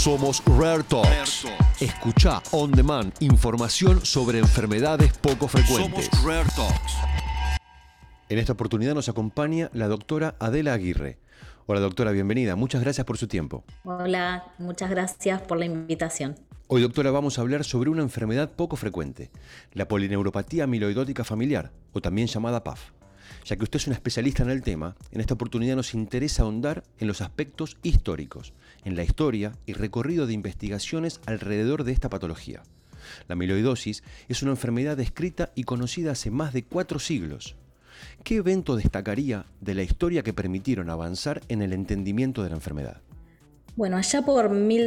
Somos Rare Talks. Escucha on demand información sobre enfermedades poco frecuentes. Somos Rare Talks. En esta oportunidad nos acompaña la doctora Adela Aguirre. Hola doctora, bienvenida. Muchas gracias por su tiempo. Hola, muchas gracias por la invitación. Hoy, doctora, vamos a hablar sobre una enfermedad poco frecuente, la polineuropatía amiloidótica familiar, o también llamada PAF. Ya que usted es una especialista en el tema, en esta oportunidad nos interesa ahondar en los aspectos históricos, en la historia y recorrido de investigaciones alrededor de esta patología. La amiloidosis es una enfermedad descrita y conocida hace más de 4 siglos. ¿Qué evento destacaría de la historia que permitieron avanzar en el entendimiento de la enfermedad? Bueno, allá por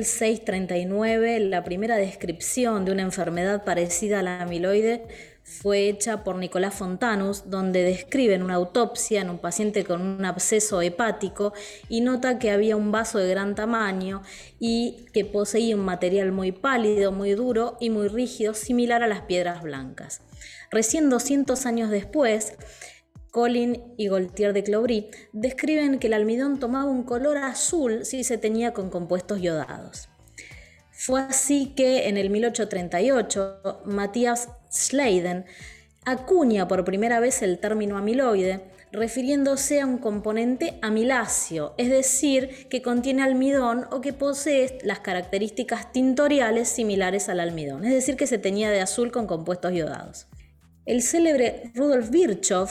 1639, la primera descripción de una enfermedad parecida a la amiloide fue hecha por Nicolás Fontanus, donde describe en una autopsia en un paciente con un absceso hepático y nota que había un vaso de gran tamaño y que poseía un material muy pálido, muy duro y muy rígido, similar a las piedras blancas. Recién 200 años después, Collin y Gaultier de Clobry describen que el almidón tomaba un color azul si se teñía con compuestos yodados. Fue así que en el 1838 Matthias Schleiden acuña por primera vez el término amiloide, refiriéndose a un componente amiláceo, es decir, que contiene almidón o que posee las características tintoriales similares al almidón, es decir, que se teñía de azul con compuestos yodados. El célebre Rudolf Virchow,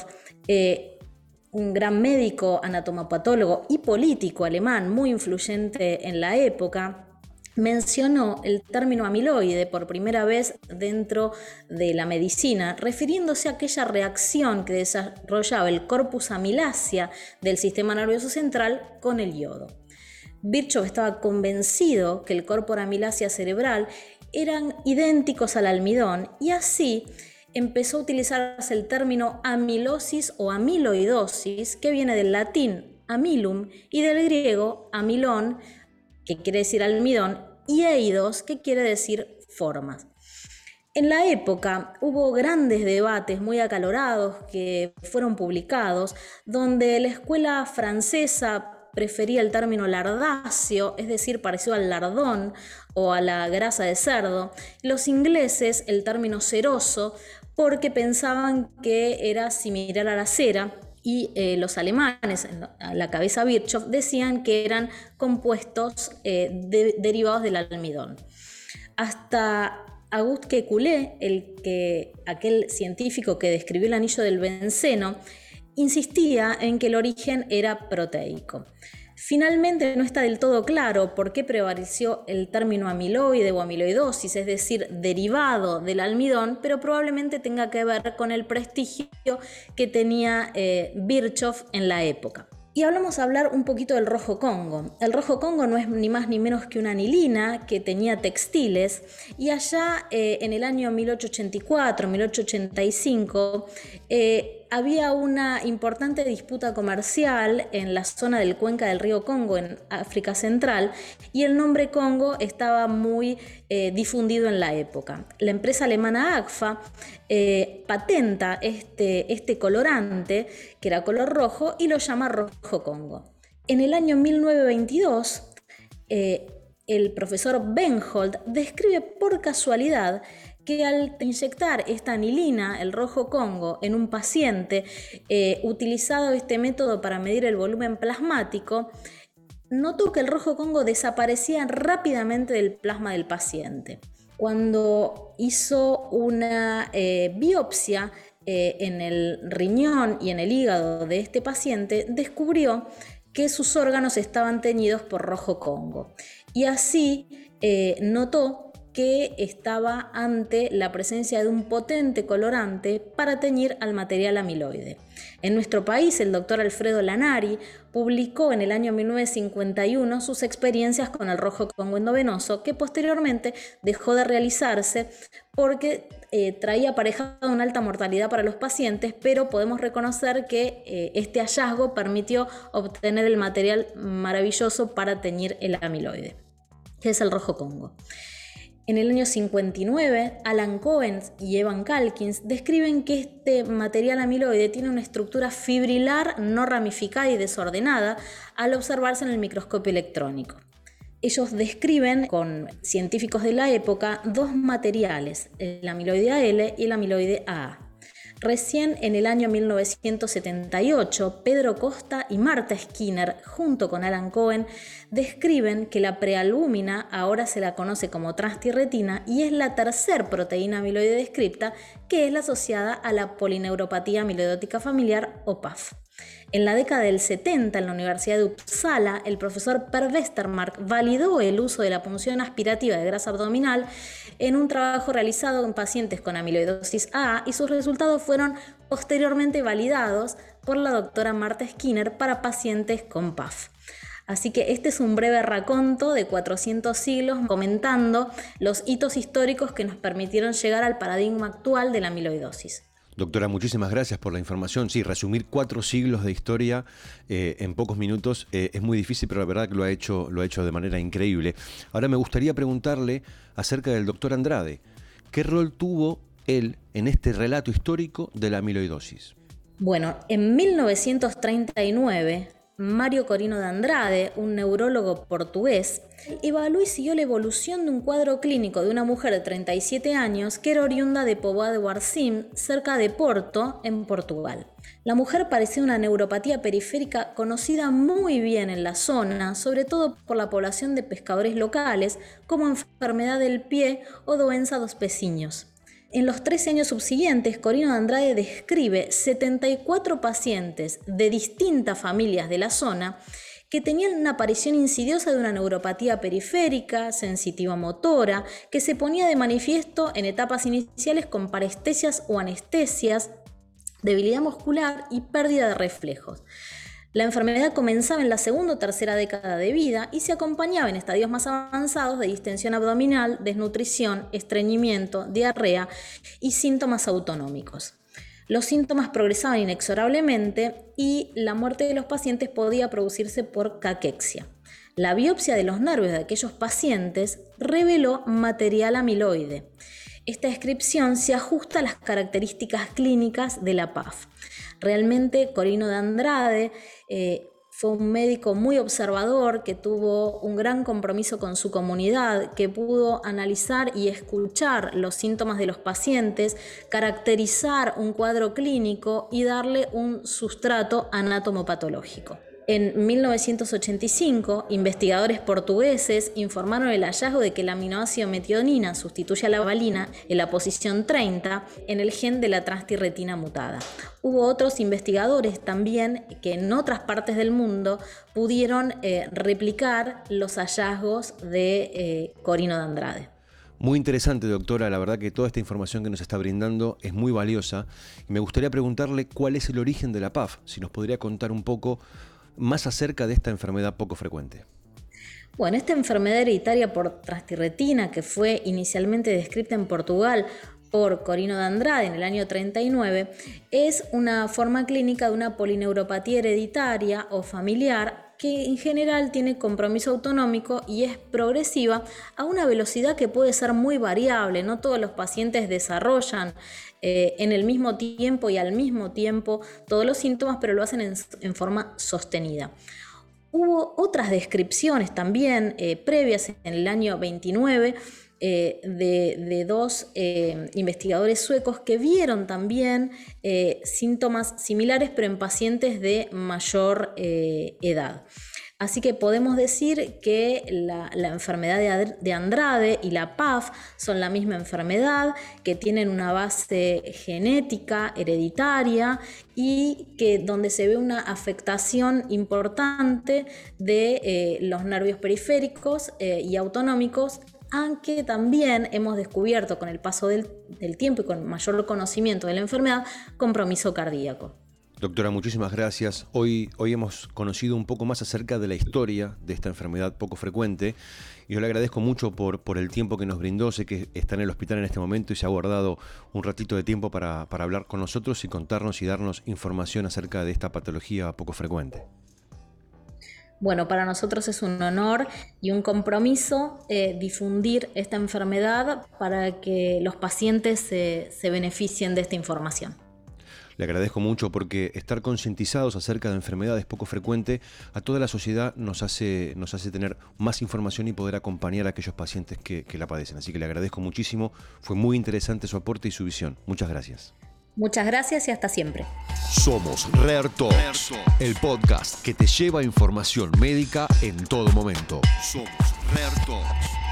un gran médico, anatomopatólogo y político alemán muy influyente en la época, mencionó el término amiloide por primera vez dentro de la medicina, refiriéndose a aquella reacción que desarrollaba el corpus amilácea del sistema nervioso central con el yodo. Virchow estaba convencido que el corpus amilácea cerebral eran idénticos al almidón y así empezó a utilizarse el término amilosis o amiloidosis, que viene del latín amilum y del griego amilón, que quiere decir almidón, y eidos, que quiere decir formas. En la época hubo grandes debates muy acalorados que fueron publicados, donde la escuela francesa prefería el término lardáceo, es decir, parecido al lardón o a la grasa de cerdo. Los ingleses el término ceroso, porque pensaban que era similar a la cera, y los alemanes, a la cabeza Virchow, decían que eran compuestos derivados del almidón. Hasta Auguste Kekulé, aquel científico que describió el anillo del benceno, insistía en que el origen era proteico. Finalmente no está del todo claro por qué prevaleció el término amiloide o amiloidosis, es decir, derivado del almidón, pero probablemente tenga que ver con el prestigio que tenía Virchow en la época. Y vamos a hablar un poquito del rojo Congo. El rojo Congo no es ni más ni menos que una anilina que tenía textiles, y allá en el año 1884-1885 había una importante disputa comercial en la zona del cuenca del río Congo en África Central, y el nombre Congo estaba muy difundido en la época. La empresa alemana Agfa patenta este colorante, que era color rojo, y lo llama rojo Congo. En el año 1922, el profesor Benhold describe por casualidad que al inyectar esta anilina, el rojo Congo, en un paciente, utilizado este método para medir el volumen plasmático, notó que el rojo Congo desaparecía rápidamente del plasma del paciente. Cuando hizo una biopsia en el riñón y en el hígado de este paciente, descubrió que sus órganos estaban teñidos por rojo Congo, y así notó que estaba ante la presencia de un potente colorante para teñir al material amiloide. En nuestro país, el doctor Alfredo Lanari publicó en el año 1951 sus experiencias con el rojo Congo endovenoso, que posteriormente dejó de realizarse porque traía aparejado una alta mortalidad para los pacientes, pero podemos reconocer que este hallazgo permitió obtener el material maravilloso para teñir el amiloide, que es el rojo Congo. En el año 59, Alan Cohen y Evan Calkins describen que este material amiloide tiene una estructura fibrilar no ramificada y desordenada al observarse en el microscopio electrónico. Ellos describen con científicos de la época dos materiales, el amiloide AL y el amiloide AA. Recién en el año 1978, Pedro Costa y Marta Skinner, junto con Alan Cohen, describen que la prealbúmina ahora se la conoce como transtirretina y es la tercer proteína amiloide descripta que es la asociada a la polineuropatía amiloidótica familiar o PAF. En la década del 70, en la Universidad de Uppsala, el profesor Per Westermark validó el uso de la punción aspirativa de grasa abdominal en un trabajo realizado en pacientes con amiloidosis AA y sus resultados fueron posteriormente validados por la doctora Marta Skinner para pacientes con PAF. Así que este es un breve raconto de 400 siglos comentando los hitos históricos que nos permitieron llegar al paradigma actual de la amiloidosis. Doctora, muchísimas gracias por la información. Sí, resumir 4 siglos de historia en pocos minutos es muy difícil, pero la verdad que lo ha hecho de manera increíble. Ahora me gustaría preguntarle acerca del doctor Andrade. ¿Qué rol tuvo él en este relato histórico de la amiloidosis? Bueno, en 1939... Mário Corino de Andrade, un neurólogo portugués, evaluó y siguió la evolución de un cuadro clínico de una mujer de 37 años que era oriunda de Póvoa de Varzim, cerca de Porto, en Portugal. La mujer parecía una neuropatía periférica conocida muy bien en la zona, sobre todo por la población de pescadores locales, como enfermedad del pie o doença dos peciños. En los 13 años subsiguientes, Corino de Andrade describe 74 pacientes de distintas familias de la zona que tenían una aparición insidiosa de una neuropatía periférica, sensitiva motora, que se ponía de manifiesto en etapas iniciales con parestesias o anestesias, debilidad muscular y pérdida de reflejos. La enfermedad comenzaba en la segunda o tercera década de vida y se acompañaba en estadios más avanzados de distensión abdominal, desnutrición, estreñimiento, diarrea y síntomas autonómicos. Los síntomas progresaban inexorablemente y la muerte de los pacientes podía producirse por caquexia. La biopsia de los nervios de aquellos pacientes reveló material amiloide. Esta descripción se ajusta a las características clínicas de la PAF. Realmente Corino de Andrade fue un médico muy observador que tuvo un gran compromiso con su comunidad, que pudo analizar y escuchar los síntomas de los pacientes, caracterizar un cuadro clínico y darle un sustrato anatomopatológico. En 1985, investigadores portugueses informaron el hallazgo de que el aminoácido metionina sustituye a la valina en la posición 30 en el gen de la transtirretina mutada. Hubo otros investigadores también que en otras partes del mundo pudieron replicar los hallazgos de Corino de Andrade. Muy interesante, doctora. La verdad que toda esta información que nos está brindando es muy valiosa. Y me gustaría preguntarle cuál es el origen de la PAF, si nos podría contar un poco más acerca de esta enfermedad poco frecuente. Bueno, esta enfermedad hereditaria por transtirretina, que fue inicialmente descrita en Portugal por Corino de Andrade en el año 39, es una forma clínica de una polineuropatía hereditaria o familiar que en general tiene compromiso autonómico y es progresiva a una velocidad que puede ser muy variable. No todos los pacientes desarrollan en el mismo tiempo y al mismo tiempo todos los síntomas, pero lo hacen en forma sostenida. Hubo otras descripciones también previas en el año 29 de dos investigadores suecos que vieron también síntomas similares pero en pacientes de mayor edad. Así que podemos decir que la enfermedad de Andrade y la PAF son la misma enfermedad, que tienen una base genética, hereditaria y que donde se ve una afectación importante de los nervios periféricos y autonómicos, aunque también hemos descubierto con el paso del tiempo y con mayor conocimiento de la enfermedad, compromiso cardíaco. Doctora, muchísimas gracias. Hoy hemos conocido un poco más acerca de la historia de esta enfermedad poco frecuente y yo le agradezco mucho por el tiempo que nos brindó. Sé que está en el hospital en este momento y se ha guardado un ratito de tiempo para hablar con nosotros y contarnos y darnos información acerca de esta patología poco frecuente. Bueno, para nosotros es un honor y un compromiso difundir esta enfermedad para que los pacientes se beneficien de esta información. Le agradezco mucho porque estar concientizados acerca de enfermedades poco frecuentes a toda la sociedad nos hace tener más información y poder acompañar a aquellos pacientes que la padecen. Así que le agradezco muchísimo. Fue muy interesante su aporte y su visión. Muchas gracias. Muchas gracias y hasta siempre. Somos Rare Talks, el podcast que te lleva información médica en todo momento. Somos Rare Talks.